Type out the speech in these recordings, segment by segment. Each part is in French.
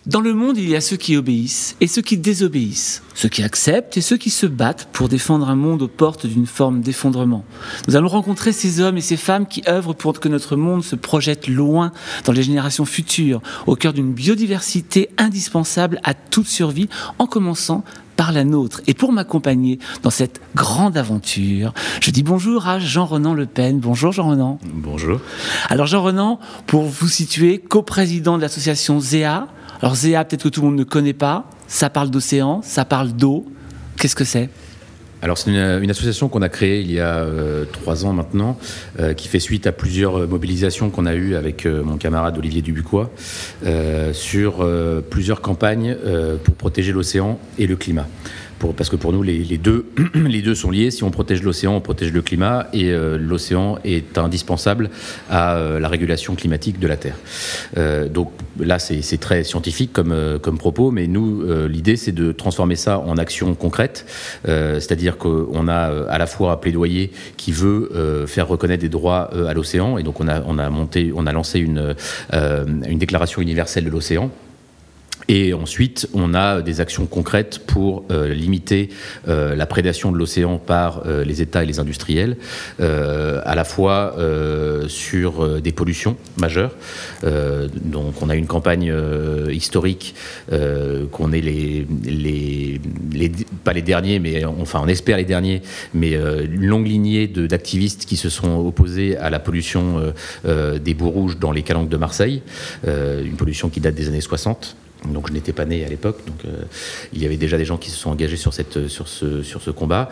Dans le monde, il y a ceux qui obéissent et ceux qui désobéissent, ceux qui acceptent et ceux qui se battent pour défendre un monde aux portes d'une forme d'effondrement. Nous allons rencontrer ces hommes et ces femmes qui œuvrent pour que notre monde se projette loin dans les générations futures, au cœur d'une biodiversité indispensable à toute survie, en commençant par la nôtre. Et pour m'accompagner dans cette grande aventure, je dis bonjour à Jean-Renan Le Pen. Bonjour Jean-Renan. Bonjour. Alors Jean-Renan, pour vous situer, coprésident de l'association ZEA. Alors ZEA, peut-être que tout le monde ne connaît pas, ça parle d'océan, ça parle d'eau. Qu'est-ce que c'est ? Alors c'est une association qu'on a créée il y a 3 ans maintenant, qui fait suite à plusieurs mobilisations qu'on a eues avec mon camarade Olivier Dubuquois sur plusieurs campagnes pour protéger l'océan et le climat. Parce que pour nous, les deux sont liés. Si on protège l'océan, on protège le climat, et l'océan est indispensable à la régulation climatique de la Terre. Donc là, c'est très scientifique comme propos, mais nous, l'idée, c'est de transformer ça en action concrète, c'est-à-dire qu'on a à la fois un plaidoyer qui veut faire reconnaître des droits à l'océan, et donc on a lancé une déclaration universelle de l'océan. Et ensuite, on a des actions concrètes pour limiter la prédation de l'océan par les États et les industriels, à la fois sur des pollutions majeures. Donc, on a une campagne historique qu'on est pas les derniers, mais enfin, on espère les derniers, mais une longue lignée d'activistes qui se sont opposés à la pollution des boues rouges dans les calanques de Marseille, une pollution qui date des années 60. Donc je n'étais pas né à l'époque, donc il y avait déjà des gens qui se sont engagés sur ce combat,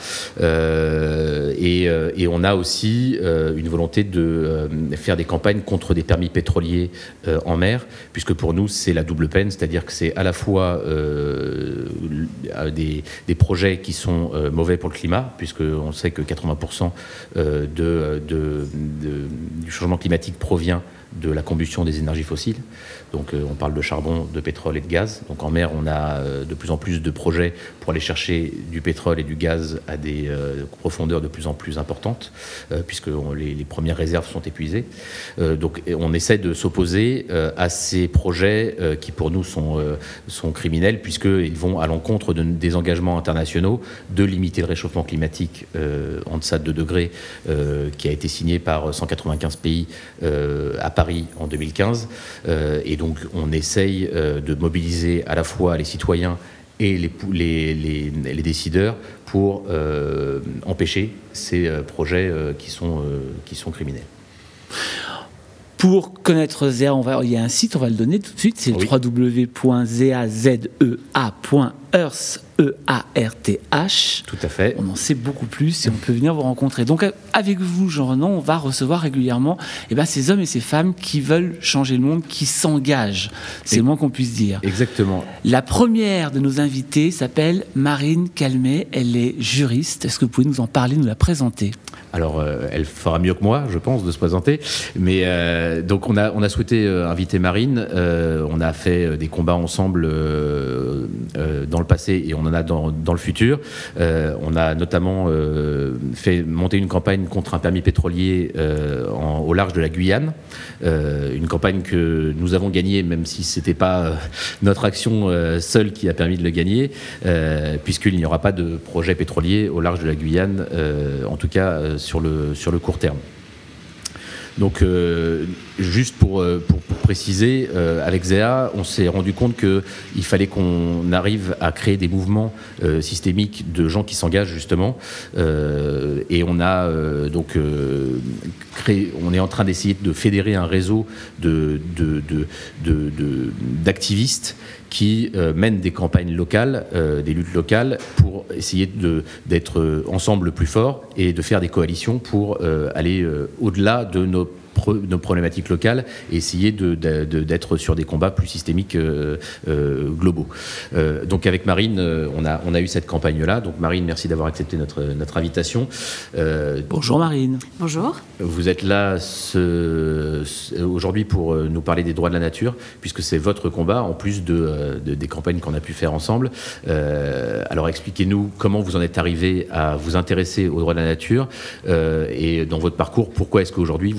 et on a aussi une volonté de faire des campagnes contre des permis pétroliers en mer, puisque pour nous c'est la double peine, c'est-à-dire que c'est à la fois des projets qui sont mauvais pour le climat, puisque on sait que 80% du changement climatique provient de la combustion des énergies fossiles. Donc on parle de charbon, de pétrole et de gaz. Donc en mer, on a de plus en plus de projets pour aller chercher du pétrole et du gaz à des profondeurs de plus en plus importantes, puisque les premières réserves sont épuisées. Donc on essaie de s'opposer à ces projets qui pour nous sont criminels, puisqu'ils vont à l'encontre des engagements internationaux de limiter le réchauffement climatique en deçà de 2 degrés, qui a été signé par 195 pays à Paris en 2015. Et donc on essaye de mobiliser à la fois les citoyens et les décideurs pour empêcher ces projets qui sont criminels. Pour connaître ZEA, il y a un site, on va le donner tout de suite, c'est www.zeazea.earth. E-A-R-T-H. Tout à fait. On en sait beaucoup plus et on peut venir vous rencontrer. Donc avec vous, Jean-Renan, on va recevoir régulièrement ces hommes et ces femmes qui veulent changer le monde, qui s'engagent. C'est le moins qu'on puisse dire. Exactement. La première de nos invités s'appelle Marine Calmet. Elle est juriste. Est-ce que vous pouvez nous en parler, nous la présenter ? Alors, elle fera mieux que moi, je pense, de se présenter. Mais donc, on a souhaité inviter Marine. On a fait des combats ensemble dans le passé et on en a dans le futur. On a notamment fait monter une campagne contre un permis pétrolier au large de la Guyane. Une campagne que nous avons gagnée, même si ce n'était pas notre action seule qui a permis de le gagner, puisqu'il n'y aura pas de projet pétrolier au large de la Guyane, en tout cas sur le court terme. Donc, juste pour préciser, avec ZEA, on s'est rendu compte qu'il fallait qu'on arrive à créer des mouvements systémiques de gens qui s'engagent justement, et on a on est en train d'essayer de fédérer un réseau d'activistes qui mènent des campagnes locales, des luttes locales, pour essayer d'être ensemble plus forts et de faire des coalitions pour aller au-delà de nos problématiques locales et essayer d'être sur des combats plus systémiques globaux. Donc avec Marine, on a eu cette campagne-là. Donc Marine, merci d'avoir accepté notre invitation. Bonjour Marine. Bonjour. Vous êtes là aujourd'hui pour nous parler des droits de la nature, puisque c'est votre combat, en plus des campagnes qu'on a pu faire ensemble. Alors expliquez-nous comment vous en êtes arrivé à vous intéresser aux droits de la nature, et dans votre parcours, pourquoi est-ce qu'aujourd'hui vous avez créé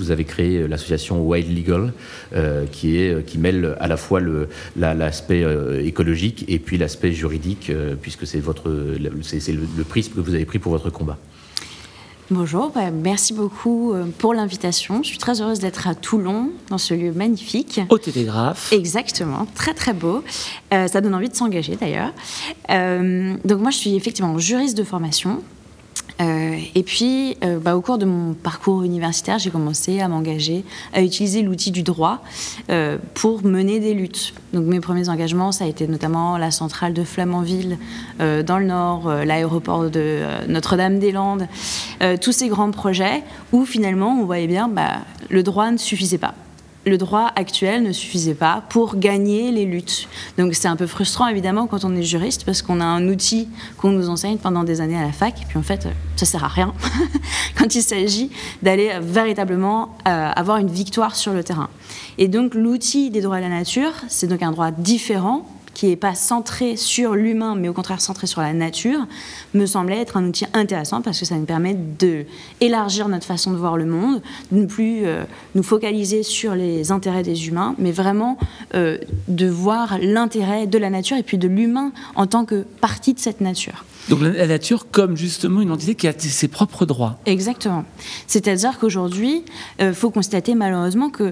créé l'association Wild Legal, qui mêle à la fois l'aspect écologique et puis l'aspect juridique, puisque c'est le prisme que vous avez pris pour votre combat. Bonjour, merci beaucoup pour l'invitation. Je suis très heureuse d'être à Toulon, dans ce lieu magnifique. Au Télégraphe. Exactement, très très beau. Ça donne envie de s'engager d'ailleurs. Donc moi je suis effectivement juriste de formation. Et puis, au cours de mon parcours universitaire, j'ai commencé à m'engager, à utiliser l'outil du droit pour mener des luttes. Donc mes premiers engagements, ça a été notamment la centrale de Flamanville dans le Nord, l'aéroport de Notre-Dame-des-Landes, tous ces grands projets où finalement on voyait bien le droit ne suffisait pas. Le droit actuel ne suffisait pas pour gagner les luttes. Donc c'est un peu frustrant évidemment quand on est juriste parce qu'on a un outil qu'on nous enseigne pendant des années à la fac et puis en fait ça sert à rien quand il s'agit d'aller véritablement avoir une victoire sur le terrain. Et donc l'outil des droits de la nature, c'est donc un droit différent qui n'est pas centré sur l'humain, mais au contraire centré sur la nature, me semblait être un outil intéressant parce que ça nous permet d'élargir notre façon de voir le monde, de ne plus nous focaliser sur les intérêts des humains, mais vraiment de voir l'intérêt de la nature et puis de l'humain en tant que partie de cette nature. Donc la nature comme justement une entité qui a ses propres droits. Exactement. C'est-à-dire qu'aujourd'hui, faut constater malheureusement que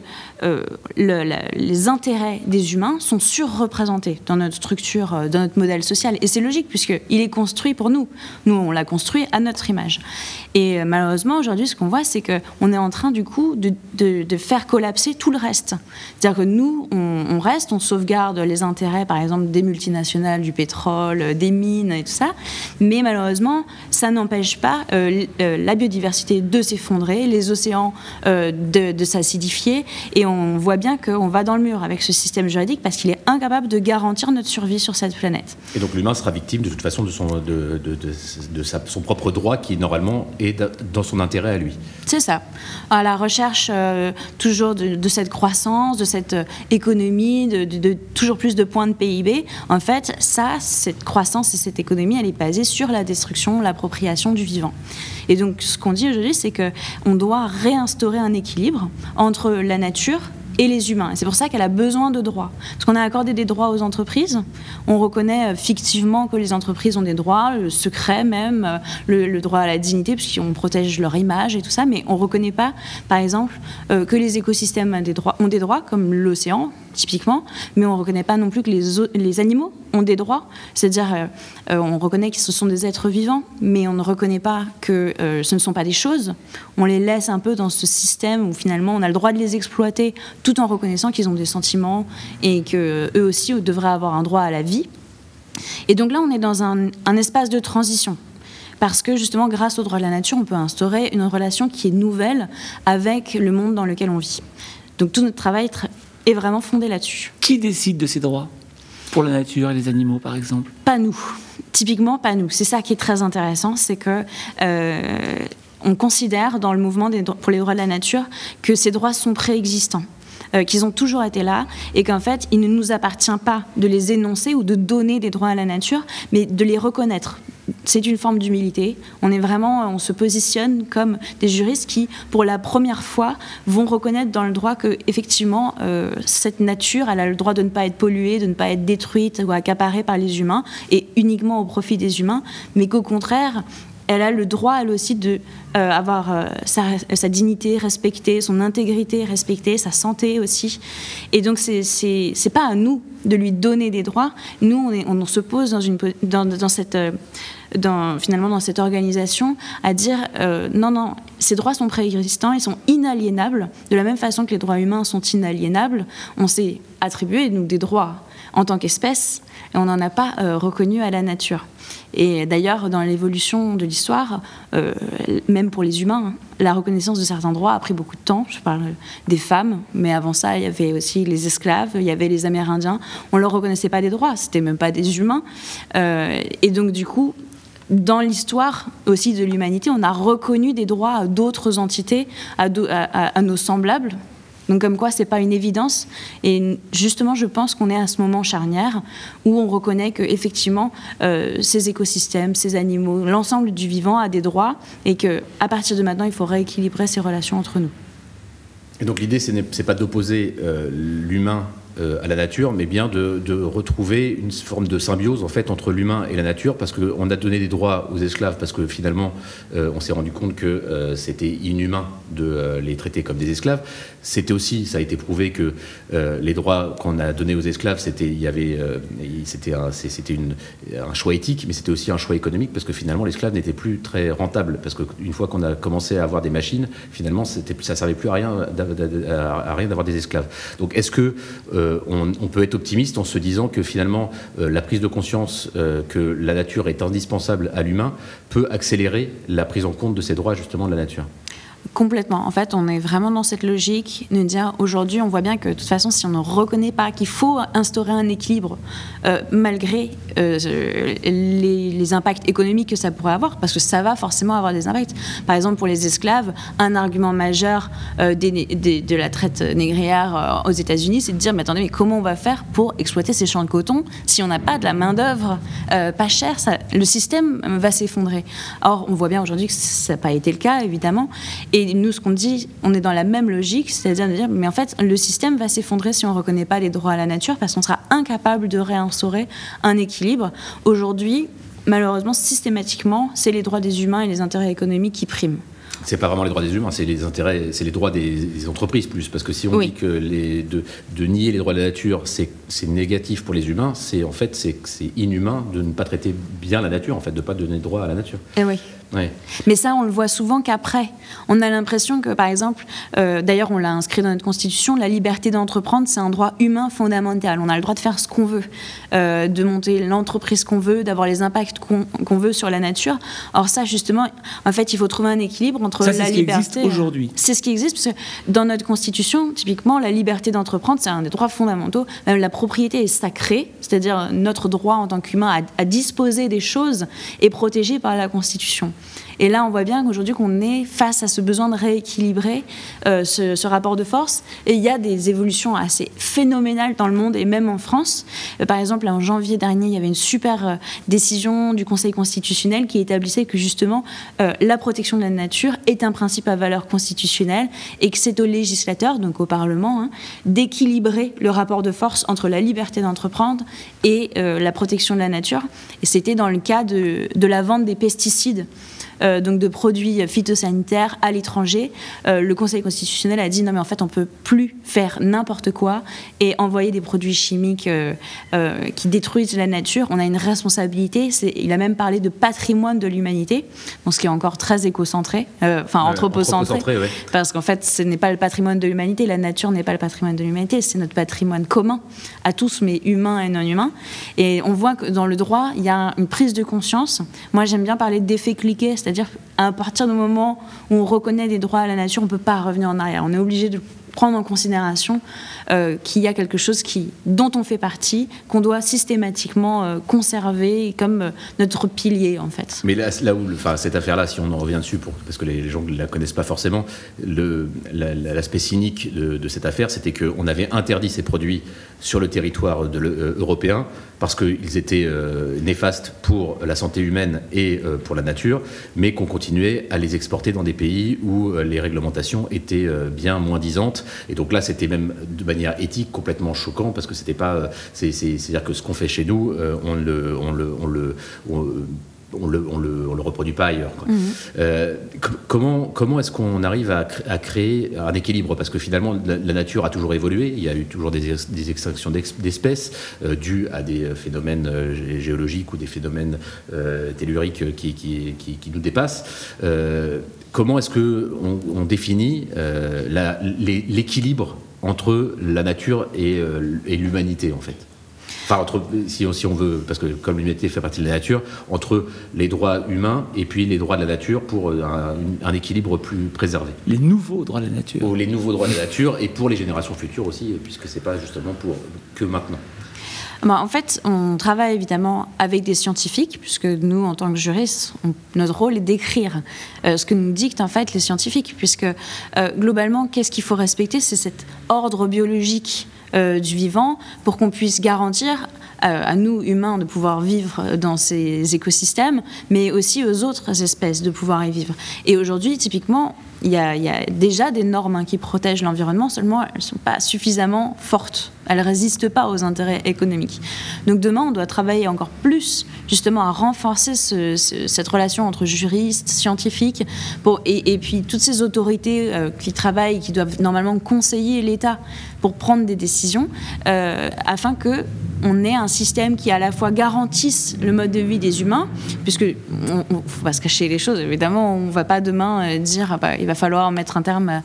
les intérêts des humains sont surreprésentés dans notre structure, dans notre modèle social. Et c'est logique puisqu'il est construit pour nous. Nous, on l'a construit à notre image. Et malheureusement, aujourd'hui, ce qu'on voit, c'est qu'on est en train du coup de faire collapser tout le reste. C'est-à-dire que nous, on reste, on sauvegarde les intérêts, par exemple, des multinationales, du pétrole, des mines et tout ça. Mais malheureusement, ça n'empêche pas la biodiversité de s'effondrer, les océans de s'acidifier. Et on voit bien qu'on va dans le mur avec ce système juridique parce qu'il est incapable de garantir notre survie sur cette planète. Et donc l'humain sera victime de toute façon de son propre droit qui normalement est dans son intérêt à lui. C'est ça. À la recherche toujours de cette croissance, de cette économie, de toujours plus de points de PIB. En fait, cette croissance et cette économie, elle est basée sur la destruction, l'appropriation du vivant. Et donc, ce qu'on dit aujourd'hui, c'est qu'on doit réinstaurer un équilibre entre la nature et les humains. Et c'est pour ça qu'elle a besoin de droits. Parce qu'on a accordé des droits aux entreprises. On reconnaît fictivement que les entreprises ont des droits, le secret même, le droit à la dignité, puisqu'on protège leur image et tout ça. Mais on ne reconnaît pas, par exemple, que les écosystèmes ont des droits, comme l'océan, typiquement. Mais on ne reconnaît pas non plus que les animaux ont des droits. C'est-à-dire, on reconnaît que ce sont des êtres vivants, mais on ne reconnaît pas que ce ne sont pas des choses. On les laisse un peu dans ce système où finalement on a le droit de les exploiter tout en reconnaissant qu'ils ont des sentiments et qu'eux aussi devraient avoir un droit à la vie. Et donc là, on est dans un espace de transition. Parce que justement, grâce aux droits de la nature, on peut instaurer une relation qui est nouvelle avec le monde dans lequel on vit. Donc tout notre travail est vraiment fondé là-dessus. Qui décide de ces droits pour la nature et les animaux, par exemple ? Pas nous. Typiquement, pas nous. C'est ça qui est très intéressant, c'est que on considère dans le mouvement pour les droits de la nature que ces droits sont préexistants. Qu'ils ont toujours été là et qu'en fait, il ne nous appartient pas de les énoncer ou de donner des droits à la nature, mais de les reconnaître. C'est une forme d'humilité. On se positionne comme des juristes qui, pour la première fois, vont reconnaître dans le droit que, effectivement, cette nature, elle a le droit de ne pas être polluée, de ne pas être détruite ou accaparée par les humains et uniquement au profit des humains, mais qu'au contraire, elle a le droit, elle aussi, d'avoir sa dignité respectée, son intégrité respectée, sa santé aussi. Et donc, c'est pas à nous de lui donner des droits. Nous, on se pose finalement dans cette organisation à dire non, ces droits sont préexistants, ils sont inaliénables. De la même façon que les droits humains sont inaliénables, on s'est attribué, nous, des droits en tant qu'espèce, et on n'en a pas reconnu à la nature. Et d'ailleurs, dans l'évolution de l'histoire, même pour les humains, la reconnaissance de certains droits a pris beaucoup de temps. Je parle des femmes, mais avant ça, il y avait aussi les esclaves, il y avait les Amérindiens. On ne leur reconnaissait pas des droits, c'était même pas des humains. Et donc, du coup, dans l'histoire aussi de l'humanité, on a reconnu des droits à d'autres entités, à nos semblables. Donc comme quoi, c'est pas une évidence. Et justement, je pense qu'on est à ce moment charnière où on reconnaît qu'effectivement, ces écosystèmes, ces animaux, l'ensemble du vivant a des droits et qu'à partir de maintenant, il faut rééquilibrer ces relations entre nous. Et donc l'idée, c'est pas d'opposer l'humain à la nature, mais bien de retrouver une forme de symbiose en fait entre l'humain et la nature, parce qu'on a donné des droits aux esclaves, parce que finalement on s'est rendu compte que c'était inhumain de les traiter comme des esclaves. C'était aussi, ça a été prouvé que les droits qu'on a donnés aux esclaves, c'était un choix éthique, mais c'était aussi un choix économique, parce que finalement l'esclave n'était plus très rentable, parce qu'une fois qu'on a commencé à avoir des machines, finalement ça servait plus à rien d'avoir des esclaves. Donc est-ce que on peut être optimiste en se disant que finalement la prise de conscience que la nature est indispensable à l'humain peut accélérer la prise en compte de ces droits justement de la nature? Complètement. En fait, on est vraiment dans cette logique de dire aujourd'hui, on voit bien que de toute façon, si on ne reconnaît pas qu'il faut instaurer un équilibre malgré les impacts économiques que ça pourrait avoir, parce que ça va forcément avoir des impacts. Par exemple, pour les esclaves, un argument majeur de la traite négrière aux États-Unis, c'est de dire mais attendez, mais comment on va faire pour exploiter ces champs de coton si on n'a pas de la main-d'œuvre pas chère, le système va s'effondrer. Or, on voit bien aujourd'hui que ça n'a pas été le cas, évidemment. Et nous, ce qu'on dit, on est dans la même logique, c'est-à-dire de dire, mais en fait, le système va s'effondrer si on ne reconnaît pas les droits à la nature, parce qu'on sera incapable de réinstaurer un équilibre. Aujourd'hui, malheureusement, systématiquement, c'est les droits des humains et les intérêts économiques qui priment. C'est pas vraiment les droits des humains, c'est les intérêts, c'est les droits des entreprises plus. Parce que si on dit que de nier les droits de la nature, c'est négatif pour les humains, c'est inhumain de ne pas traiter bien la nature, en fait, de ne pas donner droit à la nature. Et oui. Ouais. Mais ça, on le voit souvent qu'après. On a l'impression que, par exemple, d'ailleurs, on l'a inscrit dans notre Constitution, la liberté d'entreprendre, c'est un droit humain fondamental. On a le droit de faire ce qu'on veut, de monter l'entreprise qu'on veut, d'avoir les impacts qu'on veut sur la nature. Or ça, justement, en fait, il faut trouver un équilibre entre la liberté... C'est ce qui existe aujourd'hui. C'est ce qui existe, parce que dans notre Constitution, typiquement, la liberté d'entreprendre, c'est un des droits fondamentaux. Même la propriété est sacrée, c'est-à-dire notre droit en tant qu'humain à disposer des choses est protégé par la Constitution. Et là, on voit bien qu'aujourd'hui, qu'on est face à ce besoin de rééquilibrer ce rapport de force. Et il y a des évolutions assez phénoménales dans le monde et même en France. Par exemple, en janvier dernier, il y avait une super décision du Conseil constitutionnel qui établissait que justement, la protection de la nature est un principe à valeur constitutionnelle et que c'est aux législateurs, donc au Parlement, d'équilibrer le rapport de force entre la liberté d'entreprendre et la protection de la nature. Et c'était dans le cas de la vente des pesticides. Donc de produits phytosanitaires à l'étranger, le Conseil constitutionnel a dit non mais en fait on peut plus faire n'importe quoi et envoyer des produits chimiques qui détruisent la nature. On a une responsabilité. Il a même parlé de patrimoine de l'humanité, bon, ce qui est encore très écocentré, anthropocentré, ouais. Parce qu'en fait ce n'est pas le patrimoine de l'humanité. La nature n'est pas le patrimoine de l'humanité, c'est notre patrimoine commun à tous, mais humain et non humain. Et on voit que dans le droit il y a une prise de conscience. Moi j'aime bien parler d'effet cliquet. C'est-à-dire qu'à partir du moment où on reconnaît des droits à la nature, on ne peut pas revenir en arrière. On est obligé de prendre en considération qu'il y a quelque chose dont on fait partie, qu'on doit systématiquement conserver comme notre pilier, en fait. Mais là où, cette affaire-là, si on en revient dessus, parce que les gens ne la connaissent pas forcément, l'aspect cynique de cette affaire, c'était qu'on avait interdit ces produits sur le territoire européen parce qu'ils étaient néfastes pour la santé humaine et pour la nature, mais qu'on continuait à les exporter dans des pays où les réglementations étaient bien moins disantes. Et donc là, c'était même de manière éthique complètement choquant, parce que c'était pas... C'est-à-dire que ce qu'on fait chez nous, on le reproduit pas ailleurs, quoi. Comment est-ce qu'on arrive à créer un équilibre? Parce que finalement, la nature a toujours évolué. Il y a eu toujours des extinctions d'espèces dues à des phénomènes géologiques ou des phénomènes telluriques qui nous dépassent. Comment est-ce qu'on définit l'équilibre entre la nature et l'humanité, en fait? Enfin, si on veut, parce que comme l'humanité fait partie de la nature, entre les droits humains et puis les droits de la nature pour un équilibre plus préservé. Les nouveaux droits de la nature. Ou les nouveaux droits de la nature, et pour les générations futures aussi, puisque c'est pas justement que maintenant. En fait, on travaille évidemment avec des scientifiques, puisque nous, en tant que juristes, notre rôle est d'écrire ce que nous dictent en fait les scientifiques, puisque globalement, qu'est-ce qu'il faut respecter? C'est cet ordre biologique du vivant pour qu'on puisse garantir à nous, humains, de pouvoir vivre dans ces écosystèmes, mais aussi aux autres espèces de pouvoir y vivre. Et aujourd'hui, typiquement, il y a déjà des normes qui protègent l'environnement, seulement elles ne sont pas suffisamment fortes. Elles ne résistent pas aux intérêts économiques. Donc demain, on doit travailler encore plus justement à renforcer cette relation entre juristes, scientifiques, et puis toutes ces autorités qui travaillent, qui doivent normalement conseiller l'État pour prendre des décisions, afin qu'on ait un système qui à la fois garantisse le mode de vie des humains, puisque on ne faut pas se cacher les choses, évidemment, on ne va pas demain dire il va falloir mettre un terme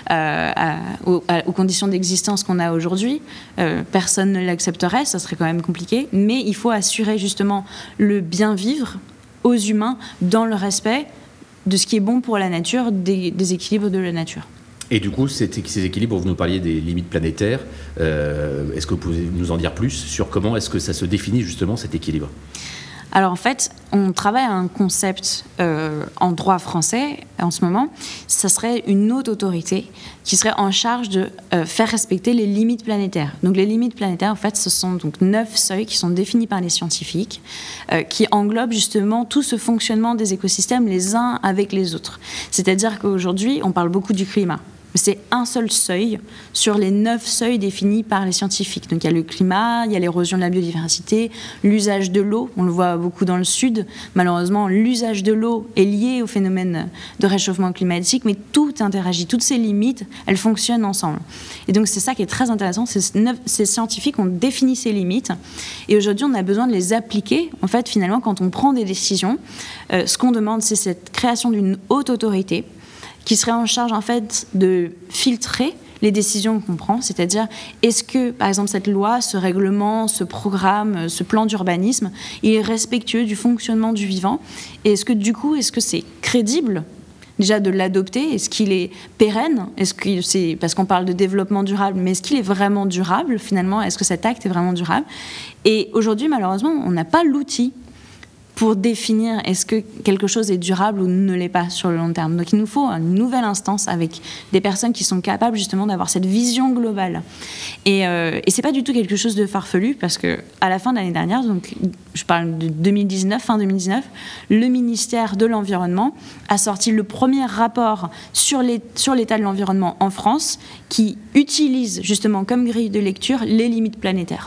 aux conditions d'existence qu'on a aujourd'hui. Personne ne l'accepterait, ça serait quand même compliqué, mais il faut assurer justement le bien vivre aux humains dans le respect de ce qui est bon pour la nature, des équilibres de la nature. Et du coup, ces équilibres, vous nous parliez des limites planétaires. Est-ce que vous pouvez nous en dire plus sur comment est-ce que ça se définit justement cet équilibre ? Alors en fait, on travaille à un concept en droit français en ce moment. Ça serait une haute autorité qui serait en charge de faire respecter les limites planétaires. Donc les limites planétaires, en fait, ce sont donc 9 seuils qui sont définis par les scientifiques, qui englobent justement tout ce fonctionnement des écosystèmes les uns avec les autres. C'est-à-dire qu'aujourd'hui, on parle beaucoup du climat. C'est un seul seuil sur les 9 seuils définis par les scientifiques. Donc il y a le climat, il y a l'érosion de la biodiversité, l'usage de l'eau, on le voit beaucoup dans le sud. Malheureusement, l'usage de l'eau est lié au phénomène de réchauffement climatique, mais tout interagit, toutes ces limites, elles fonctionnent ensemble. Et donc c'est ça qui est très intéressant, ces scientifiques ont défini ces limites, et aujourd'hui on a besoin de les appliquer. En fait, finalement, quand on prend des décisions, ce qu'on demande, c'est cette création d'une haute autorité, qui serait en charge en fait de filtrer les décisions qu'on prend, c'est-à-dire est-ce que, par exemple, cette loi, ce règlement, ce programme, ce plan d'urbanisme, il est respectueux du fonctionnement du vivant, et est-ce que c'est crédible déjà de l'adopter, est-ce qu'il est pérenne, parce qu'on parle de développement durable, mais est-ce qu'il est vraiment durable finalement, est-ce que cet acte est vraiment durable? Et aujourd'hui, malheureusement, on n'a pas l'outil pour définir est-ce que quelque chose est durable ou ne l'est pas sur le long terme. Donc il nous faut une nouvelle instance avec des personnes qui sont capables justement d'avoir cette vision globale. Et c'est pas du tout quelque chose de farfelu, parce que à la fin de l'année dernière, donc je parle de 2019, fin 2019, le ministère de l'Environnement a sorti le premier rapport sur l'état de l'environnement en France, qui utilise justement comme grille de lecture les limites planétaires.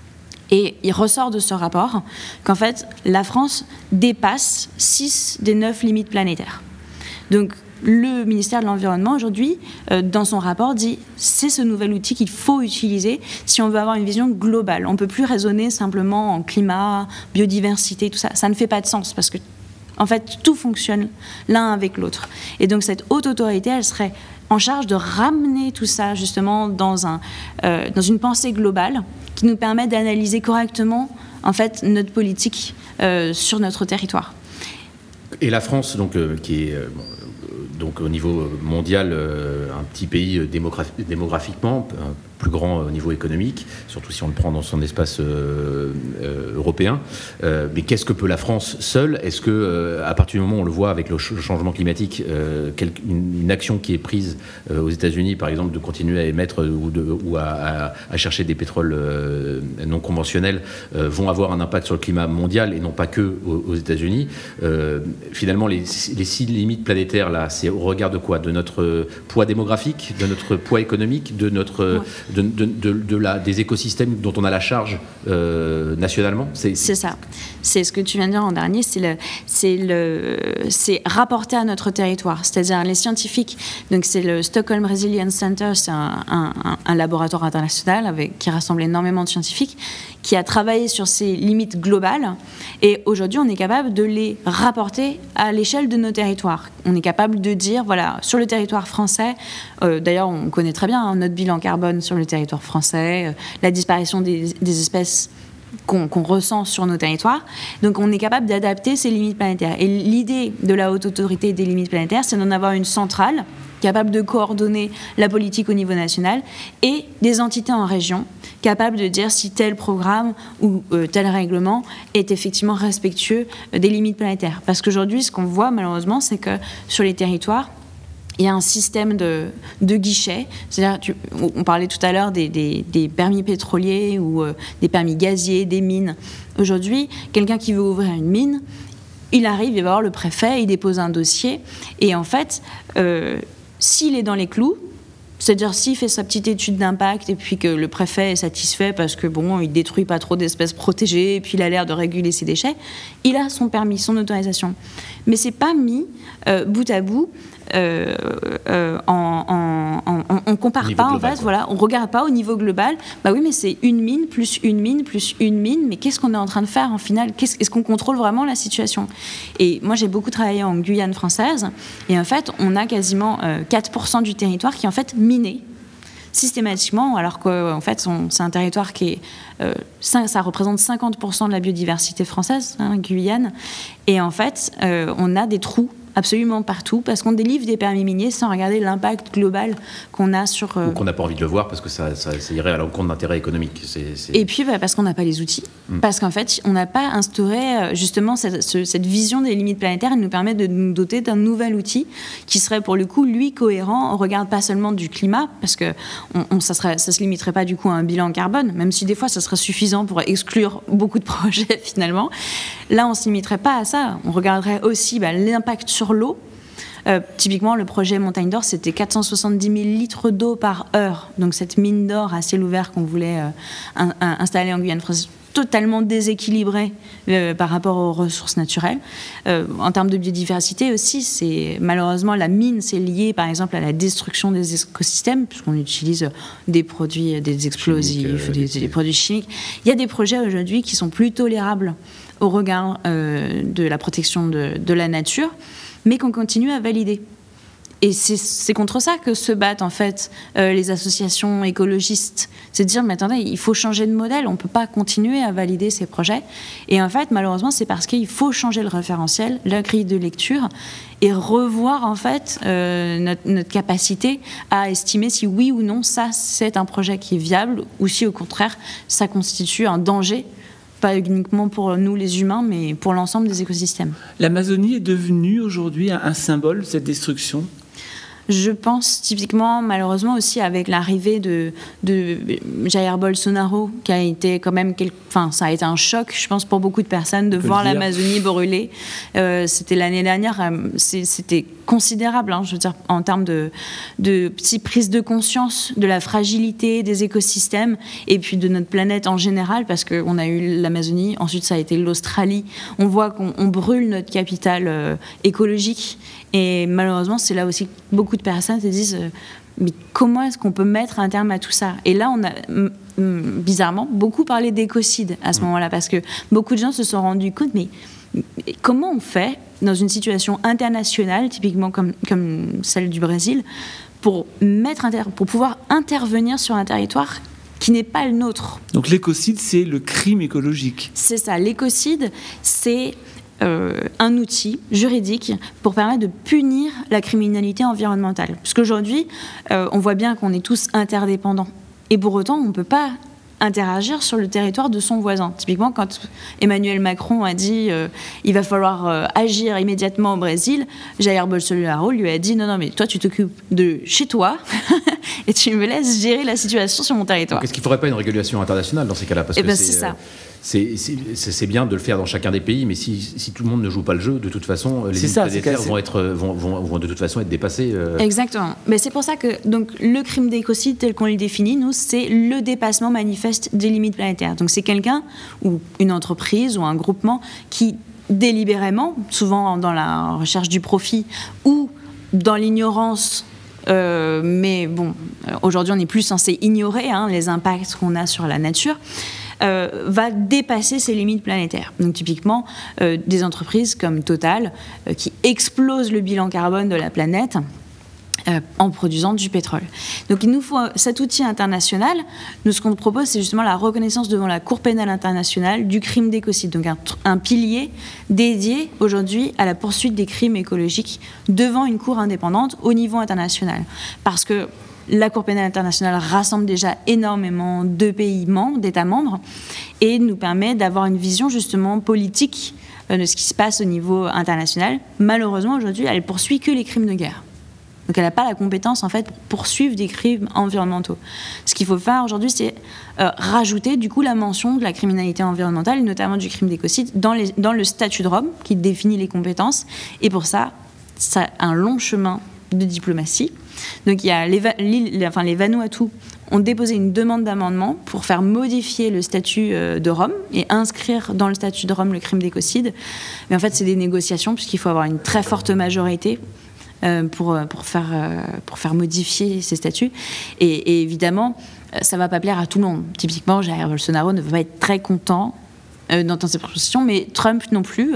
Et il ressort de ce rapport qu'en fait, la France dépasse 6 des 9 limites planétaires. Donc, le ministère de l'Environnement, aujourd'hui, dans son rapport, dit c'est ce nouvel outil qu'il faut utiliser si on veut avoir une vision globale. On ne peut plus raisonner simplement en climat, biodiversité, tout ça. Ça ne fait pas de sens, parce que, en fait, tout fonctionne l'un avec l'autre. Et donc, cette haute autorité, elle serait en charge de ramener tout ça, justement, dans une pensée globale qui nous permet d'analyser correctement, en fait, notre politique sur notre territoire. Et la France, donc, qui est donc au niveau mondial un petit pays démographiquement, plus grand au niveau économique, surtout si on le prend dans son espace européen. Mais qu'est-ce que peut la France seule ? Est-ce que, à partir du moment où on le voit avec le changement climatique, une action qui est prise aux États-Unis, par exemple, de continuer à émettre ou à chercher des pétroles non conventionnels, vont avoir un impact sur le climat mondial et non pas que aux États-Unis. Finalement, les 6 limites planétaires, là, c'est au regard de quoi ? De notre poids démographique, de notre poids économique, de notre... des écosystèmes dont on a la charge nationalement. C'est ça. C'est ce que tu viens de dire en dernier, c'est rapporté à notre territoire. C'est-à-dire les scientifiques, donc c'est le Stockholm Resilience Center, c'est un laboratoire international qui rassemble énormément de scientifiques, qui a travaillé sur ces limites globales, et aujourd'hui on est capable de les rapporter à l'échelle de nos territoires. On est capable de dire, voilà, sur le territoire français, d'ailleurs on connaît très bien notre bilan carbone sur le territoire français, la disparition des espèces qu'on ressent sur nos territoires. Donc on est capable d'adapter ces limites planétaires. Et l'idée de la haute autorité des limites planétaires, c'est d'en avoir une centrale capable de coordonner la politique au niveau national et des entités en région capables de dire si tel programme ou tel règlement est effectivement respectueux des limites planétaires. Parce qu'aujourd'hui, ce qu'on voit malheureusement, c'est que sur les territoires, il y a un système de guichets. C'est-à-dire, on parlait tout à l'heure des permis pétroliers ou des permis gaziers, des mines. Aujourd'hui, quelqu'un qui veut ouvrir une mine, il arrive, il va voir le préfet, il dépose un dossier. Et en fait, s'il est dans les clous, c'est-à-dire s'il fait sa petite étude d'impact et puis que le préfet est satisfait parce que bon, il détruit pas trop d'espèces protégées et puis il a l'air de réguler ses déchets, il a son permis, son autorisation. Mais c'est pas mis bout à bout. On compare pas global, en fait, voilà, on regarde pas au niveau global. Bah oui, mais c'est une mine plus une mine plus une mine. Mais qu'est-ce qu'on est en train de faire en final? Est-ce qu'on contrôle vraiment la situation? Et moi, j'ai beaucoup travaillé en Guyane française, et en fait, on a quasiment 4% du territoire qui est en fait miné systématiquement, alors qu'en fait, c'est un territoire qui est ça représente 50% de la biodiversité française, Guyane, et en fait, on a des trous absolument partout, parce qu'on délivre des permis miniers sans regarder l'impact global qu'on a sur... Ou qu'on n'a pas envie de le voir, parce que ça irait à l'encontre d'intérêts économiques. Et puis, parce qu'on n'a pas les outils. Parce qu'en fait, on n'a pas instauré, justement, cette vision des limites planétaires. Elle nous permet de nous doter d'un nouvel outil qui serait, pour le coup, lui, cohérent. On regarde pas seulement du climat, parce que ça se limiterait pas, du coup, à un bilan carbone, même si, des fois, ça serait suffisant pour exclure beaucoup de projets, finalement. Là, on se limiterait pas à ça. On regarderait aussi l'impact sur l'eau. Typiquement, le projet Montagne d'Or, c'était 470 000 litres d'eau par heure. Donc cette mine d'or à ciel ouvert qu'on voulait installer en Guyane française, totalement déséquilibrée par rapport aux ressources naturelles. En termes de biodiversité aussi, malheureusement, la mine, c'est lié par exemple à la destruction des écosystèmes, puisqu'on utilise des produits, des explosifs, des produits chimiques. Il y a des projets aujourd'hui qui sont plus tolérables au regard de la protection de la nature, mais qu'on continue à valider. Et c'est contre ça que se battent en fait les associations écologistes. C'est de dire, mais attendez, il faut changer de modèle, on ne peut pas continuer à valider ces projets. Et en fait, malheureusement, c'est parce qu'il faut changer le référentiel, la grille de lecture, et revoir en fait notre capacité à estimer si oui ou non, ça c'est un projet qui est viable, ou si au contraire, ça constitue un danger, pas uniquement pour nous les humains, mais pour l'ensemble des écosystèmes. L'Amazonie est devenue aujourd'hui un symbole de cette destruction ? Je pense typiquement, malheureusement aussi, avec l'arrivée de Jair Bolsonaro, qui a été quand même, ça a été un choc, je pense, pour beaucoup de personnes de voir l'Amazonie brûler. C'était l'année dernière, c'était considérable, je veux dire, en termes de petite prise de conscience de la fragilité des écosystèmes et puis de notre planète en général, parce qu'on a eu l'Amazonie, ensuite ça a été l'Australie. On voit qu'on brûle notre capital écologique, et malheureusement, c'est là aussi que beaucoup de personnes se disent mais comment est-ce qu'on peut mettre un terme à tout ça? Et là, on a bizarrement beaucoup parlé d'écocide à ce moment-là, parce que beaucoup de gens se sont rendus compte, mais comment on fait dans une situation internationale, typiquement comme celle du Brésil, pour pouvoir intervenir sur un territoire qui n'est pas le nôtre? Donc l'écocide, c'est le crime écologique. C'est ça, l'écocide, c'est un outil juridique pour permettre de punir la criminalité environnementale. Parce qu'aujourd'hui, on voit bien qu'on est tous interdépendants. Et pour autant, on ne peut pas interagir sur le territoire de son voisin. Typiquement, quand Emmanuel Macron a dit il va falloir agir immédiatement au Brésil, Jair Bolsonaro lui a dit non, mais toi, tu t'occupes de chez toi et tu me laisses gérer la situation sur mon territoire. Donc, est-ce qu'il ne faudrait pas une régulation internationale dans ces cas-là? Parce que c'est ça. C'est bien de le faire dans chacun des pays, mais si tout le monde ne joue pas le jeu, de toute façon, les limites planétaires vont de toute façon être dépassées. Exactement. Mais c'est pour ça que donc, le crime d'écocide, tel qu'on le définit, nous, c'est le dépassement manifeste des limites planétaires. Donc c'est quelqu'un, ou une entreprise, ou un groupement qui, délibérément, souvent dans la recherche du profit, ou dans l'ignorance, mais bon, aujourd'hui on n'est plus censé ignorer les impacts qu'on a sur la nature, va dépasser ses limites planétaires. Donc typiquement, des entreprises comme Total qui explosent le bilan carbone de la planète en produisant du pétrole. Donc il nous faut cet outil international. Nous, ce qu'on propose, c'est justement la reconnaissance devant la Cour pénale internationale du crime d'écocide. Donc un pilier dédié aujourd'hui à la poursuite des crimes écologiques devant une cour indépendante au niveau international. Parce que la Cour pénale internationale rassemble déjà énormément de pays membres, d'États membres, et nous permet d'avoir une vision justement politique de ce qui se passe au niveau international. Malheureusement, aujourd'hui, elle poursuit que les crimes de guerre. Donc elle n'a pas la compétence en fait pour poursuivre des crimes environnementaux. Ce qu'il faut faire aujourd'hui, c'est rajouter du coup la mention de la criminalité environnementale, et notamment du crime d'écocide, dans le statut de Rome qui définit les compétences. Et pour ça a un long chemin de diplomatie. Donc il y a les Vanuatu ont déposé une demande d'amendement pour faire modifier le statut de Rome et inscrire dans le statut de Rome le crime d'écocide. Mais en fait, c'est des négociations puisqu'il faut avoir une très forte majorité pour faire modifier ces statuts. Et évidemment, ça ne va pas plaire à tout le monde. Typiquement, Jair Bolsonaro ne va pas être très content d'entendre ces propositions, mais Trump non plus.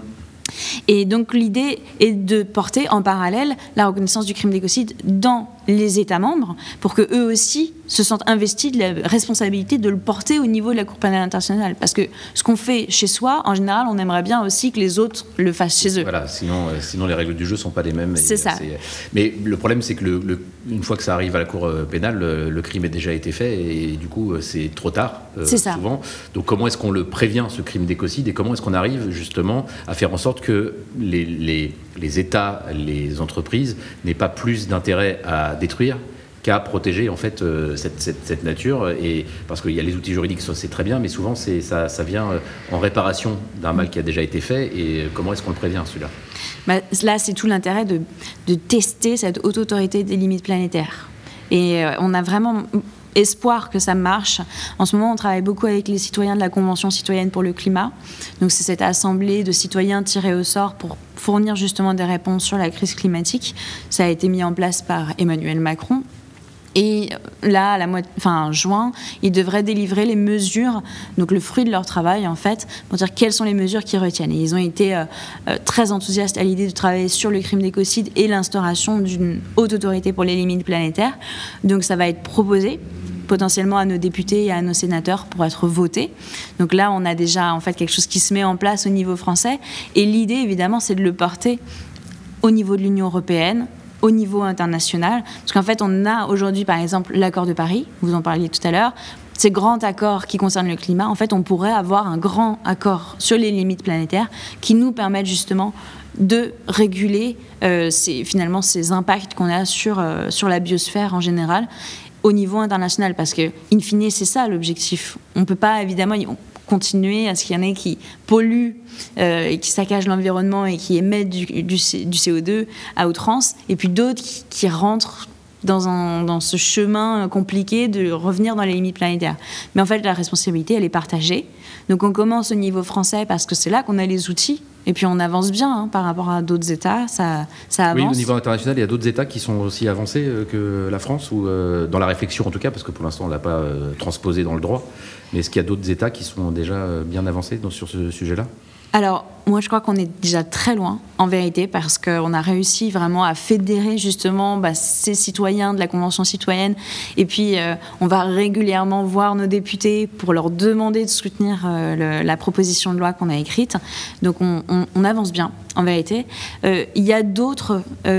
Et donc l'idée est de porter en parallèle la reconnaissance du crime d'écocide dans les États membres pour que eux aussi se sentent investis de la responsabilité de le porter au niveau de la Cour pénale internationale. Parce que ce qu'on fait chez soi, en général, on aimerait bien aussi que les autres le fassent chez eux. Voilà, sinon les règles du jeu ne sont pas les mêmes. C'est ça. Mais le problème, c'est que une fois que ça arrive à la Cour pénale, le crime a déjà été fait et du coup, c'est trop tard, souvent. Donc comment est-ce qu'on le prévient, ce crime d'écocide, et comment est-ce qu'on arrive justement à faire en sorte que les États, les entreprises n'aient pas plus d'intérêt à détruire qu'à protéger en fait cette nature, et parce qu'il y a les outils juridiques, ça c'est très bien, mais souvent ça vient en réparation d'un mal qui a déjà été fait. Et comment est-ce qu'on le prévient, celui-là ? Là, c'est tout l'intérêt de tester cette haute autorité des limites planétaires. Et on a vraiment espoir que ça marche. En ce moment, on travaille beaucoup avec les citoyens de la Convention citoyenne pour le climat. Donc c'est cette assemblée de citoyens tirés au sort pour fournir justement des réponses sur la crise climatique. Ça a été mis en place par Emmanuel Macron. Et là, fin juin, ils devraient délivrer les mesures, donc le fruit de leur travail en fait, pour dire quelles sont les mesures qu'ils retiennent. Et ils ont été très enthousiastes à l'idée de travailler sur le crime d'écocide et l'instauration d'une haute autorité pour les limites planétaires. Donc ça va être proposé potentiellement à nos députés et à nos sénateurs pour être voté. Donc là, on a déjà en fait quelque chose qui se met en place au niveau français. Et l'idée, évidemment, c'est de le porter au niveau de l'Union européenne, au niveau international. Parce qu'en fait, on a aujourd'hui, par exemple, l'accord de Paris, vous en parliez tout à l'heure, ces grands accords qui concernent le climat. En fait, on pourrait avoir un grand accord sur les limites planétaires qui nous permettent justement de réguler finalement ces impacts qu'on a sur la biosphère en général au niveau international, parce que, in fine, c'est ça l'objectif. On ne peut pas, évidemment, continuer à ce qu'il y en ait qui polluent et qui saccagent l'environnement et qui émettent du CO2 à outrance, et puis d'autres qui rentrent dans ce chemin compliqué de revenir dans les limites planétaires. Mais en fait, la responsabilité, elle est partagée. Donc on commence au niveau français parce que c'est là qu'on a les outils. Et puis on avance bien par rapport à d'autres États, ça avance. Oui, au niveau international, il y a d'autres États qui sont aussi avancés que la France, ou dans la réflexion en tout cas, parce que pour l'instant on ne l'a pas transposé dans le droit. Mais est-ce qu'il y a d'autres États qui sont déjà bien avancés sur ce sujet-là ? Alors, moi, je crois qu'on est déjà très loin, en vérité, parce qu'on a réussi vraiment à fédérer, justement, ces citoyens de la Convention citoyenne. Et puis, on va régulièrement voir nos députés pour leur demander de soutenir la proposition de loi qu'on a écrite. Donc, on avance bien, en vérité. Il y a d'autres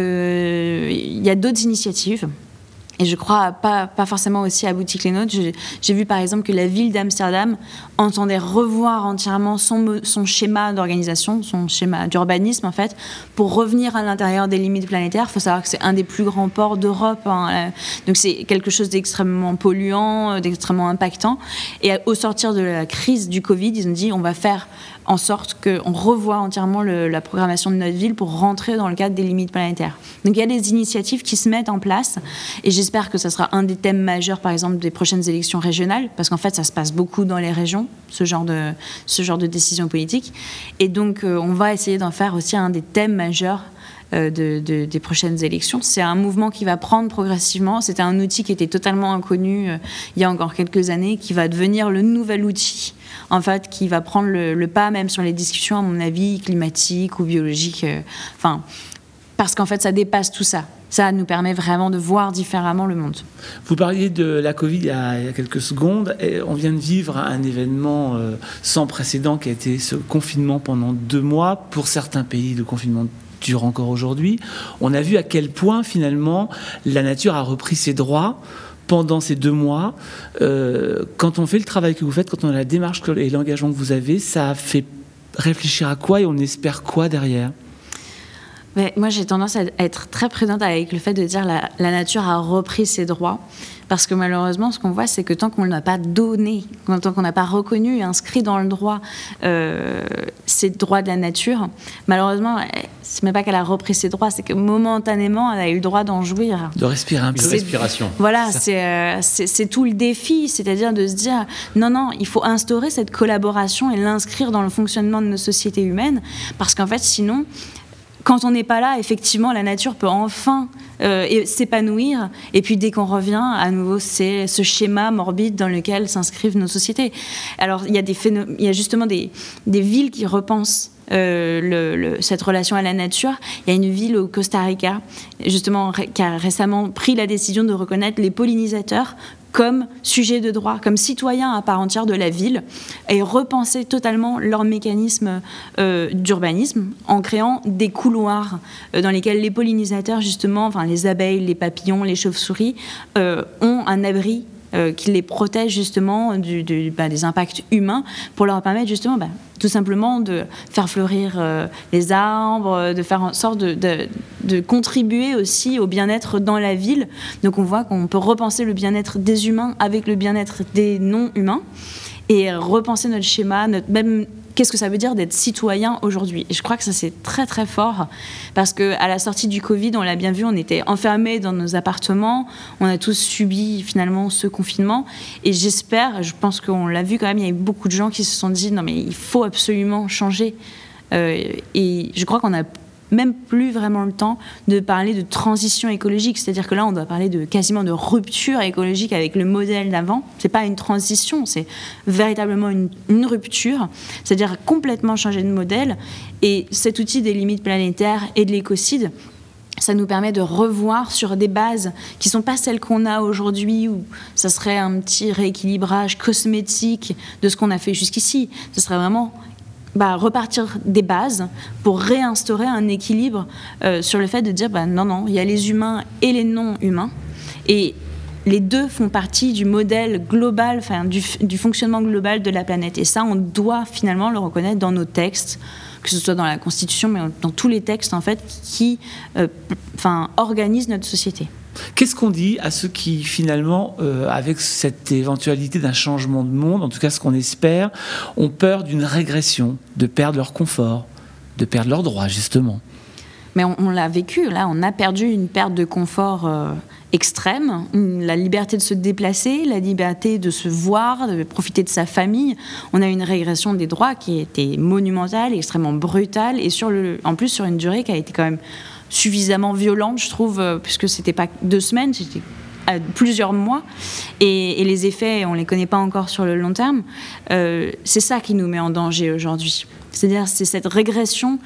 initiatives. Et je crois pas forcément aussi abouti que les nôtres. J'ai vu par exemple que la ville d'Amsterdam entendait revoir entièrement son schéma d'organisation, son schéma d'urbanisme en fait, pour revenir à l'intérieur des limites planétaires. Il faut savoir que c'est un des plus grands ports d'Europe, donc c'est quelque chose d'extrêmement polluant, d'extrêmement impactant. Et au sortir de la crise du Covid, ils ont dit on va faire en sorte qu'on revoie entièrement la programmation de notre ville pour rentrer dans le cadre des limites planétaires. Donc il y a des initiatives qui se mettent en place, et j'espère que ça sera un des thèmes majeurs, par exemple, des prochaines élections régionales, parce qu'en fait, ça se passe beaucoup dans les régions, ce genre de décisions politiques. Et donc, on va essayer d'en faire aussi un des thèmes majeurs des prochaines élections. C'est un mouvement qui va prendre progressivement. C'était un outil qui était totalement inconnu il y a encore quelques années, qui va devenir le nouvel outil, en fait, qui va prendre le pas même sur les discussions, à mon avis, climatiques ou biologiques. Parce qu'en fait, ça dépasse tout ça. Ça nous permet vraiment de voir différemment le monde. Vous parliez de la Covid il y a quelques secondes. Et on vient de vivre un événement sans précédent qui a été ce confinement pendant 2 mois. Pour certains pays, le confinement dure encore aujourd'hui. On a vu à quel point, finalement, la nature a repris ses droits pendant ces 2 mois. Quand on fait le travail que vous faites, quand on a la démarche et l'engagement que vous avez, ça fait réfléchir à quoi et on espère quoi derrière ? Mais moi, j'ai tendance à être très prudente avec le fait de dire la nature a repris ses droits. Parce que malheureusement, ce qu'on voit, c'est que tant qu'on n'a pas donné, tant qu'on n'a pas reconnu et inscrit dans le droit ces droits de la nature, malheureusement, ce n'est pas qu'elle a repris ses droits, c'est que momentanément, elle a eu le droit d'en jouir. De respirer un peu. Une respiration. Voilà, c'est tout le défi, c'est-à-dire de se dire, non, il faut instaurer cette collaboration et l'inscrire dans le fonctionnement de nos sociétés humaines, parce qu'en fait, sinon, quand on n'est pas là, effectivement, la nature peut enfin s'épanouir. Et puis, dès qu'on revient, à nouveau, c'est ce schéma morbide dans lequel s'inscrivent nos sociétés. Alors, il y a justement des villes qui repensent cette relation à la nature. Il y a une ville au Costa Rica, justement, qui a récemment pris la décision de reconnaître les pollinisateurs comme sujet de droit, comme citoyens à part entière de la ville, et repenser totalement leur mécanisme d'urbanisme en créant des couloirs dans lesquels les pollinisateurs, justement, enfin les abeilles, les papillons, les chauves-souris, ont un abri qui les protège justement des impacts humains pour leur permettre justement tout simplement de faire fleurir les arbres, de faire en sorte de contribuer aussi au bien-être dans la ville. Donc on voit qu'on peut repenser le bien-être des humains avec le bien-être des non-humains et repenser notre schéma, même qu'est-ce que ça veut dire d'être citoyen aujourd'hui. Et je crois que ça, c'est très, très fort parce qu'à la sortie du Covid, on l'a bien vu, on était enfermés dans nos appartements, on a tous subi finalement ce confinement. Et j'espère, je pense qu'on l'a vu quand même, il y a eu beaucoup de gens qui se sont dit « Non, mais il faut absolument changer ». Et je crois qu'on a même plus vraiment le temps de parler de transition écologique, c'est-à-dire que là on doit parler quasiment de rupture écologique avec le modèle d'avant. C'est pas une transition, c'est véritablement une rupture, c'est-à-dire complètement changer de modèle. Et cet outil des limites planétaires et de l'écocide, ça nous permet de revoir sur des bases qui ne sont pas celles qu'on a aujourd'hui, où ça serait un petit rééquilibrage cosmétique de ce qu'on a fait jusqu'ici. Ce serait vraiment repartir des bases pour réinstaurer un équilibre sur le fait de dire non, il y a les humains et les non-humains. Et les deux font partie du modèle global, du fonctionnement global de la planète. Et ça, on doit finalement le reconnaître dans nos textes, que ce soit dans la Constitution, mais dans tous les textes en fait, qui organisent notre société. Qu'est-ce qu'on dit à ceux qui, finalement, avec cette éventualité d'un changement de monde, en tout cas ce qu'on espère, ont peur d'une régression, de perdre leur confort, de perdre leurs droits, justement? Mais on l'a vécu, là, on a perdu une perte de confort extrême, la liberté de se déplacer, la liberté de se voir, de profiter de sa famille. On a une régression des droits qui était monumentale, extrêmement brutale, et en plus sur une durée qui a été quand même suffisamment violente, je trouve, puisque c'était pas 2 semaines, c'était plusieurs mois, et les effets, on les connaît pas encore sur le long terme. C'est ça qui nous met en danger aujourd'hui. C'est-à-dire, c'est cette régression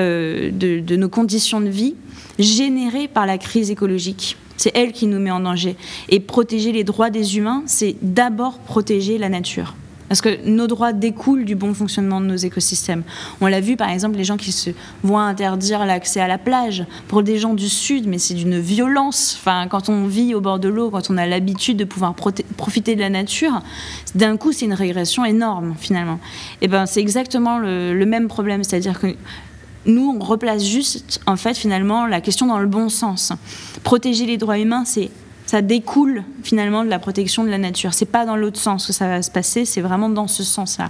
de nos conditions de vie générée par la crise écologique. C'est elle qui nous met en danger. Et protéger les droits des humains, c'est d'abord protéger la nature. Parce que nos droits découlent du bon fonctionnement de nos écosystèmes. On l'a vu, par exemple, les gens qui se voient interdire l'accès à la plage. Pour des gens du Sud, mais c'est d'une violence. Quand on vit au bord de l'eau, quand on a l'habitude de pouvoir profiter de la nature, d'un coup, c'est une régression énorme, finalement. Et c'est exactement le même problème. C'est-à-dire que nous, on replace juste, en fait, finalement, la question dans le bon sens. Protéger les droits humains, ça découle finalement de la protection de la nature. C'est pas dans l'autre sens que ça va se passer, c'est vraiment dans ce sens-là.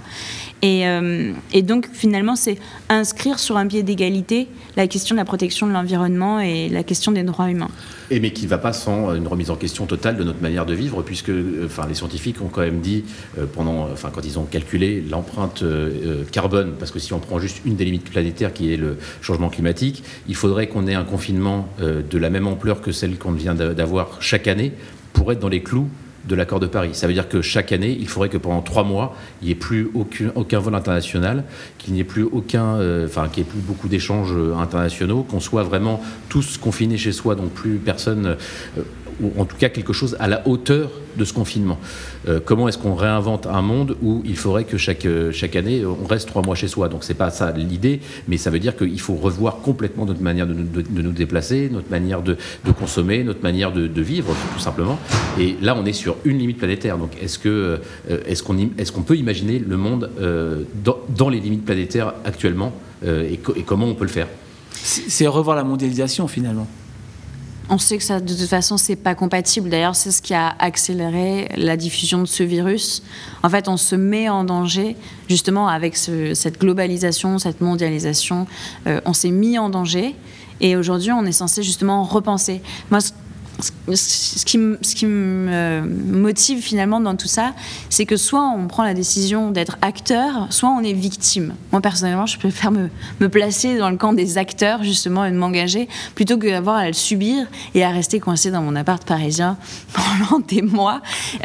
Et donc finalement, c'est inscrire sur un pied d'égalité la question de la protection de l'environnement et la question des droits humains. Mais qui ne va pas sans une remise en question totale de notre manière de vivre, puisque les scientifiques ont quand même dit, quand ils ont calculé l'empreinte carbone, parce que si on prend juste une des limites planétaires qui est le changement climatique, il faudrait qu'on ait un confinement de la même ampleur que celle qu'on vient d'avoir chaque année pour être dans les clous de l'accord de Paris. Ça veut dire que chaque année, il faudrait que pendant 3 mois, il n'y ait plus aucun vol international, qu'il n'y ait plus qu'il n'y ait plus beaucoup d'échanges internationaux, qu'on soit vraiment tous confinés chez soi, donc plus personne, ou en tout cas quelque chose à la hauteur de ce confinement. Comment est-ce qu'on réinvente un monde où il faudrait que chaque année, on reste 3 mois chez soi? Donc c'est pas ça l'idée, mais ça veut dire qu'il faut revoir complètement notre manière de nous déplacer, notre manière de consommer, notre manière de vivre, tout simplement. Et là, on est sur une limite planétaire. Donc est-ce qu'on peut imaginer le monde dans les limites planétaires actuellement, et comment on peut le faire? C'est revoir la mondialisation, finalement. On sait que ça, de toute façon, c'est pas compatible. D'ailleurs, c'est ce qui a accéléré la diffusion de ce virus. En fait, on se met en danger, justement, avec cette globalisation, cette mondialisation. On s'est mis en danger. Et aujourd'hui, on est censé, justement, repenser. Moi, ce qui me motive finalement dans tout ça, c'est que soit on prend la décision d'être acteur, soit on est victime. Moi personnellement, je préfère me placer dans le camp des acteurs justement et de m'engager plutôt que d'avoir à le subir et à rester coincé dans mon appart parisien pendant des mois.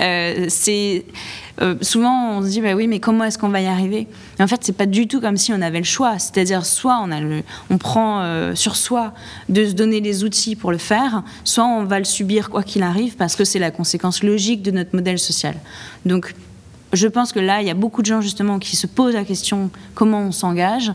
Souvent on se dit bah oui, mais comment est-ce qu'on va y arriver? Et en fait, c'est pas du tout comme si on avait le choix. C'est-à-dire soit on prend sur soi de se donner les outils pour le faire, soit on va le subir quoi qu'il arrive parce que c'est la conséquence logique de notre modèle social. Donc je pense que là, il y a beaucoup de gens justement qui se posent la question comment on s'engage.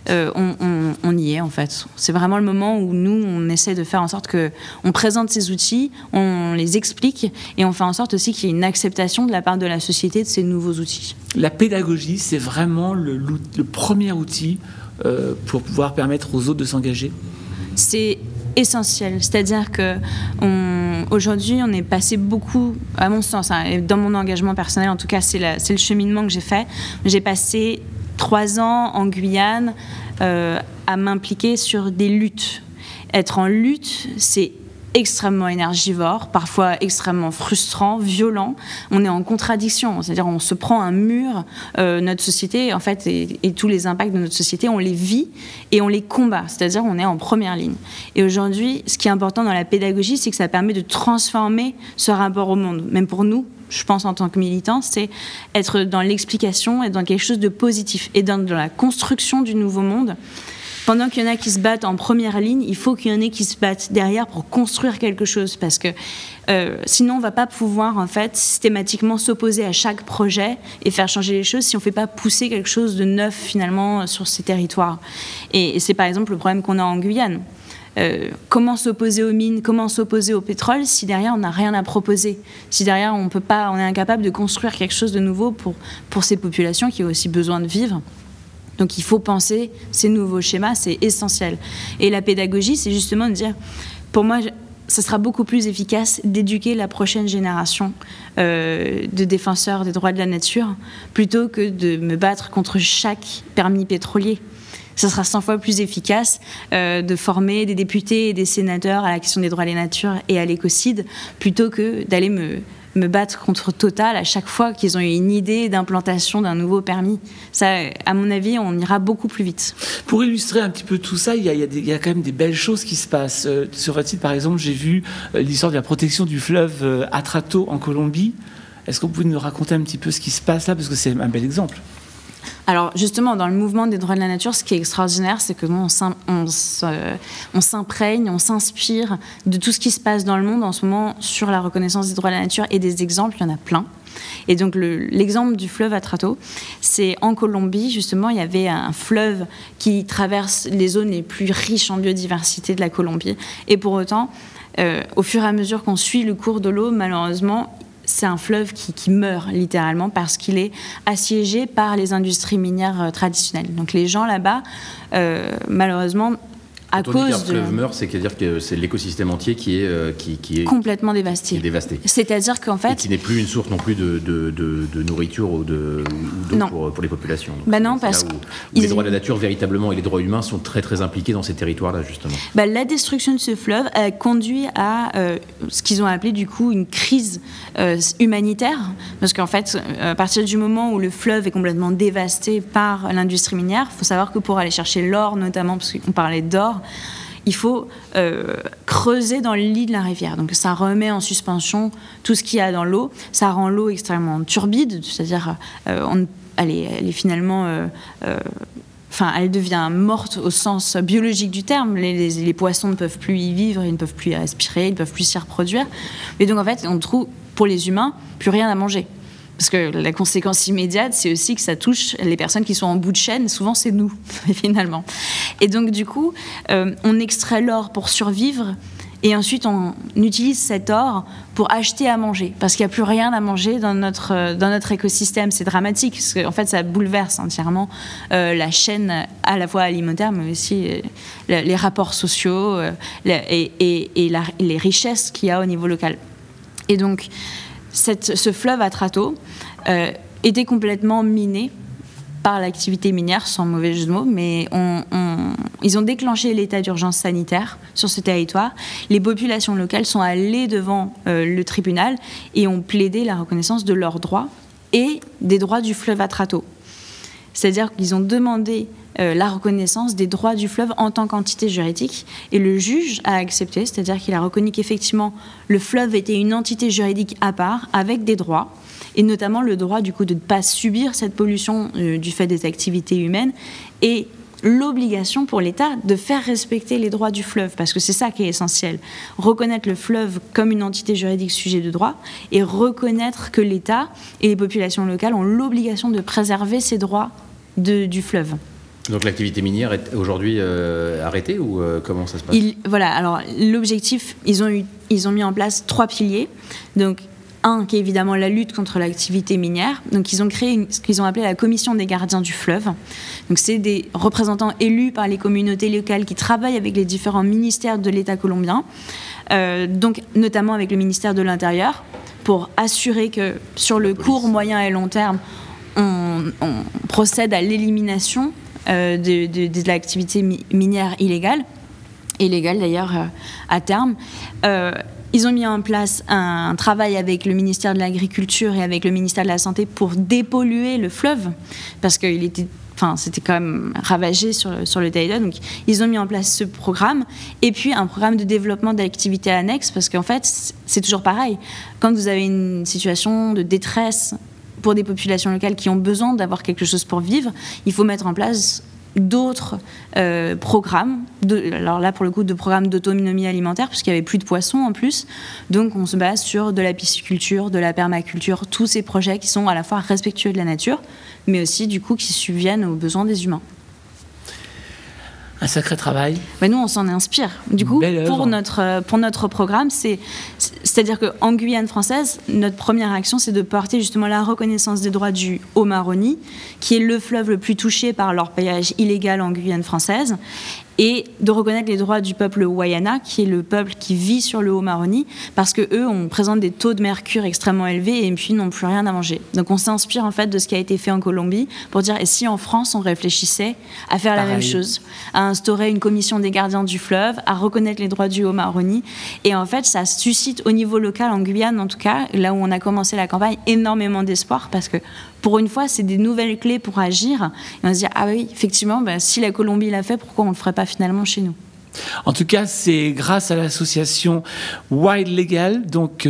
On y est en fait. C'est vraiment le moment où nous, on essaie de faire en sorte qu'on présente ces outils, on les explique et on fait en sorte aussi qu'il y ait une acceptation de la part de la société de ces nouveaux outils. La pédagogie, c'est vraiment le premier outil pour pouvoir permettre aux autres de s'engager. C'est essentiel, c'est-à-dire que aujourd'hui on est passé beaucoup, à mon sens, et dans mon engagement personnel en tout cas, c'est le cheminement que j'ai fait. J'ai passé 3 ans en Guyane à m'impliquer sur des luttes. Être en lutte, c'est extrêmement énergivore, parfois extrêmement frustrant, violent. On est en contradiction, c'est-à-dire on se prend un mur, notre société en fait et tous les impacts de notre société, on les vit et on les combat, c'est-à-dire on est en première ligne. Et aujourd'hui, ce qui est important dans la pédagogie, c'est que ça permet de transformer ce rapport au monde. Même pour nous, je pense en tant que militants, c'est être dans l'explication et dans quelque chose de positif et dans la construction du nouveau monde. Pendant qu'il y en a qui se battent en première ligne, il faut qu'il y en ait qui se battent derrière pour construire quelque chose, parce que sinon on ne va pas pouvoir en fait systématiquement s'opposer à chaque projet et faire changer les choses si on ne fait pas pousser quelque chose de neuf finalement sur ces territoires. Et c'est par exemple le problème qu'on a en Guyane. Comment s'opposer aux mines, comment s'opposer au pétrole si derrière on n'a rien à proposer, si derrière on est incapable de construire quelque chose de nouveau pour ces populations qui ont aussi besoin de vivre. Donc il faut penser ces nouveaux schémas, c'est essentiel. Et la pédagogie, c'est justement de dire, pour moi, ça sera beaucoup plus efficace d'éduquer la prochaine génération de défenseurs des droits de la nature plutôt que de me battre contre chaque permis pétrolier. Ça sera 100 fois plus efficace de former des députés et des sénateurs à la question des droits de la nature et à l'écocide plutôt que d'aller me battre contre Total à chaque fois qu'ils ont eu une idée d'implantation d'un nouveau permis. Ça, à mon avis, on ira beaucoup plus vite. Pour illustrer un petit peu tout ça, il y a quand même des belles choses qui se passent. Sur votre site, par exemple, j'ai vu l'histoire de la protection du fleuve Atrato en Colombie. Est-ce que vous pouvez nous raconter un petit peu ce qui se passe là? Parce que c'est un bel exemple. Alors justement, dans le mouvement des droits de la nature, ce qui est extraordinaire, c'est que nous, on s'imprègne, on s'inspire de tout ce qui se passe dans le monde en ce moment sur la reconnaissance des droits de la nature, et des exemples, il y en a plein. Et donc l'exemple du fleuve Atrato, c'est en Colombie, justement, il y avait un fleuve qui traverse les zones les plus riches en biodiversité de la Colombie. Et pour autant, au fur et à mesure qu'on suit le cours de l'eau, malheureusement, c'est un fleuve qui meurt littéralement parce qu'il est assiégé par les industries minières traditionnelles. Donc les gens là-bas, malheureusement, Quand on dit qu'un fleuve meurt, c'est-à-dire que c'est l'écosystème entier qui est complètement dévasté. C'est-à-dire qu'en fait... Et qui n'est plus une source non plus de nourriture ou d'eau pour les populations. Donc non, parce que les droits de la nature, véritablement, et les droits humains sont très, très impliqués dans ces territoires-là, justement. La destruction de ce fleuve a conduit à ce qu'ils ont appelé, du coup, une crise humanitaire. Parce qu'en fait, à partir du moment où le fleuve est complètement dévasté par l'industrie minière, il faut savoir que pour aller chercher l'or, notamment, parce qu'on parlait d'or, il faut creuser dans le lit de la rivière. Donc ça remet en suspension tout ce qu'il y a dans l'eau. Ça rend l'eau extrêmement turbide, c'est-à-dire elle est finalement... elle devient morte au sens biologique du terme. Les poissons ne peuvent plus y vivre, ils ne peuvent plus y respirer, ils ne peuvent plus s'y reproduire. Et donc en fait, on trouve, pour les humains, plus rien à manger. Parce que la conséquence immédiate, c'est aussi que ça touche les personnes qui sont en bout de chaîne. Souvent, c'est nous, finalement. Et donc, du coup, on extrait l'or pour survivre. Et ensuite, on utilise cet or pour acheter à manger, parce qu'il n'y a plus rien à manger dans notre écosystème. C'est dramatique, parce qu'en fait, ça bouleverse entièrement la chaîne à la fois alimentaire, mais aussi les rapports sociaux et les richesses qu'il y a au niveau local. Et donc, ce fleuve Atrato était complètement miné par l'activité minière, sans mauvais jeu de mots, mais ils ont déclenché l'état d'urgence sanitaire sur ce territoire. Les populations locales sont allées devant le tribunal et ont plaidé la reconnaissance de leurs droits et des droits du fleuve Atrato. C'est-à-dire qu'ils ont demandé la reconnaissance des droits du fleuve en tant qu'entité juridique, et le juge a accepté, c'est-à-dire qu'il a reconnu qu'effectivement le fleuve était une entité juridique à part, avec des droits, et notamment le droit du coup de ne pas subir cette pollution du fait des activités humaines, et l'obligation pour l'État de faire respecter les droits du fleuve, parce que c'est ça qui est essentiel. Reconnaître le fleuve comme une entité juridique sujet de droit, et reconnaître que l'État et les populations locales ont l'obligation de préserver ces droits du fleuve. Donc l'activité minière est aujourd'hui arrêtée, ou comment ça se passe ? Voilà, alors l'objectif, ils ont mis en place 3 piliers. Donc, un qui est évidemment la lutte contre l'activité minière. Donc ils ont créé ce qu'ils ont appelé la commission des gardiens du fleuve. Donc c'est des représentants élus par les communautés locales qui travaillent avec les différents ministères de l'État colombien, donc notamment avec le ministère de l'Intérieur, pour assurer que sur le court, moyen et long terme, on procède à l'élimination de l'activité minière illégale d'ailleurs à terme. Ils ont mis en place un travail avec le ministère de l'Agriculture et avec le ministère de la Santé pour dépolluer le fleuve, parce qu'il était, c'était quand même ravagé sur le territoire. Donc, ils ont mis en place ce programme, et puis un programme de développement d'activités annexes, parce qu'en fait, c'est toujours pareil. Quand vous avez une situation de détresse pour des populations locales qui ont besoin d'avoir quelque chose pour vivre, il faut mettre en place d'autres programmes, alors là pour le coup de programmes d'autonomie alimentaire, puisqu'il n'y avait plus de poissons en plus, donc on se base sur de la pisciculture, de la permaculture, tous ces projets qui sont à la fois respectueux de la nature, mais aussi du coup qui subviennent aux besoins des humains. Un sacré travail. Mais nous, on s'en inspire. Du coup, pour notre programme, c'est-à-dire qu'en Guyane française, notre première action, c'est de porter justement la reconnaissance des droits du Haut-Maroni, qui est le fleuve le plus touché par l'orpaillage illégal en Guyane française, et de reconnaître les droits du peuple Wayana, qui est le peuple qui vit sur le Haut-Maroni, parce qu'eux, on présente des taux de mercure extrêmement élevés et puis n'ont plus rien à manger. Donc on s'inspire en fait de ce qui a été fait en Colombie pour dire, et si en France on réfléchissait à faire la même chose, à instaurer une commission des gardiens du fleuve, à reconnaître les droits du Haut-Maroni, et en fait ça suscite au niveau local, en Guyane en tout cas, là où on a commencé la campagne, énormément d'espoir, parce que pour une fois, c'est des nouvelles clés pour agir. Et on se dit, ah oui, effectivement, si la Colombie l'a fait, pourquoi on ne le ferait pas finalement chez nous ? En tout cas, c'est grâce à l'association Wild Legal, donc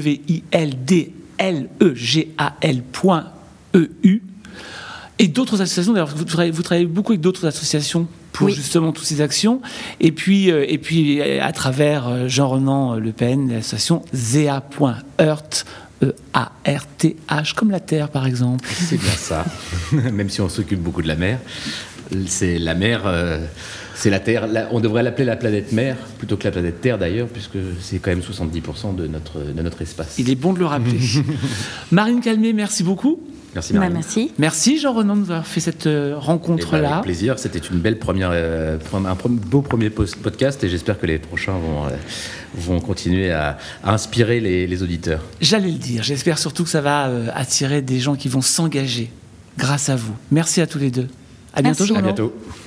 WILDLEGAL.EU, et d'autres associations. D'ailleurs, vous travaillez beaucoup avec d'autres associations pour justement toutes ces actions. Et puis à travers Jean-Renan Le Pen, l'association ZEA.EARTH, EARTH, comme la Terre, par exemple. C'est bien ça. Même si on s'occupe beaucoup de la mer, c'est la mer, c'est la Terre. On devrait l'appeler la planète mer plutôt que la planète Terre, d'ailleurs, puisque c'est quand même 70% de notre espace. Il est bon de le rappeler. Marine Calmet, merci beaucoup. Merci Marine. Merci. Merci Jean-Renan de nous avoir fait cette rencontre-là. Avec plaisir, c'était une belle première, un beau premier podcast, et j'espère que les prochains vont continuer à inspirer les auditeurs. J'allais le dire, j'espère surtout que ça va attirer des gens qui vont s'engager grâce à vous. Merci à tous les deux. À bientôt, Jean-Renan. À bientôt.